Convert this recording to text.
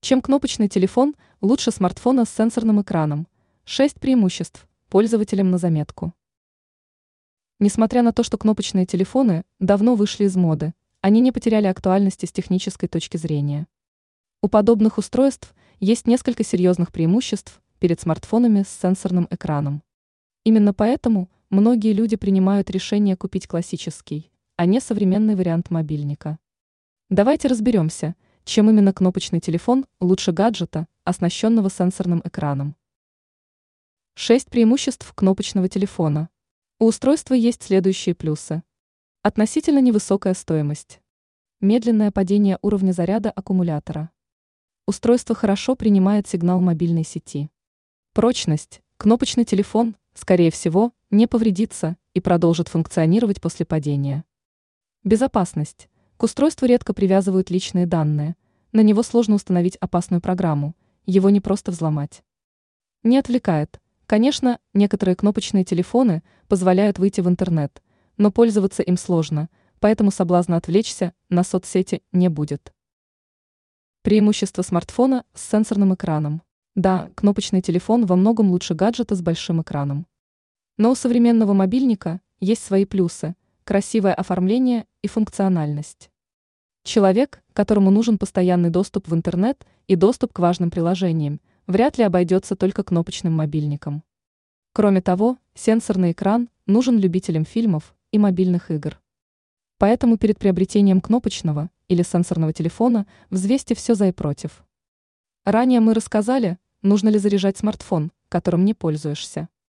Чем кнопочный телефон лучше смартфона с сенсорным экраном? 6 преимуществ пользователям на заметку. Несмотря на то, что кнопочные телефоны давно вышли из моды, они не потеряли актуальности с технической точки зрения. У подобных устройств есть несколько серьезных преимуществ перед смартфонами с сенсорным экраном. Именно поэтому многие люди принимают решение купить классический, а не современный вариант мобильника. Давайте разберемся, чем именно кнопочный телефон лучше гаджета, оснащенного сенсорным экраном. 6 преимуществ кнопочного телефона. У устройства есть следующие плюсы. Относительно невысокая стоимость. Медленное падение уровня заряда аккумулятора. Устройство хорошо принимает сигнал мобильной сети. Прочность. Кнопочный телефон, скорее всего, не повредится и продолжит функционировать после падения. Безопасность. К устройству редко привязывают личные данные, на него сложно установить опасную программу, его не просто взломать. Не отвлекает. Конечно, некоторые кнопочные телефоны позволяют выйти в интернет, но пользоваться им сложно, поэтому соблазна отвлечься на соцсети не будет. Преимущество смартфона с сенсорным экраном. Да, кнопочный телефон во многом лучше гаджета с большим экраном. Но у современного мобильника есть свои плюсы – красивое оформление и функциональность. Человек, которому нужен постоянный доступ в интернет и доступ к важным приложениям, вряд ли обойдется только кнопочным мобильником. Кроме того, сенсорный экран нужен любителям фильмов и мобильных игр. Поэтому перед приобретением кнопочного или сенсорного телефона взвесьте все за и против. Ранее мы рассказали, нужно ли заряжать смартфон, которым не пользуешься.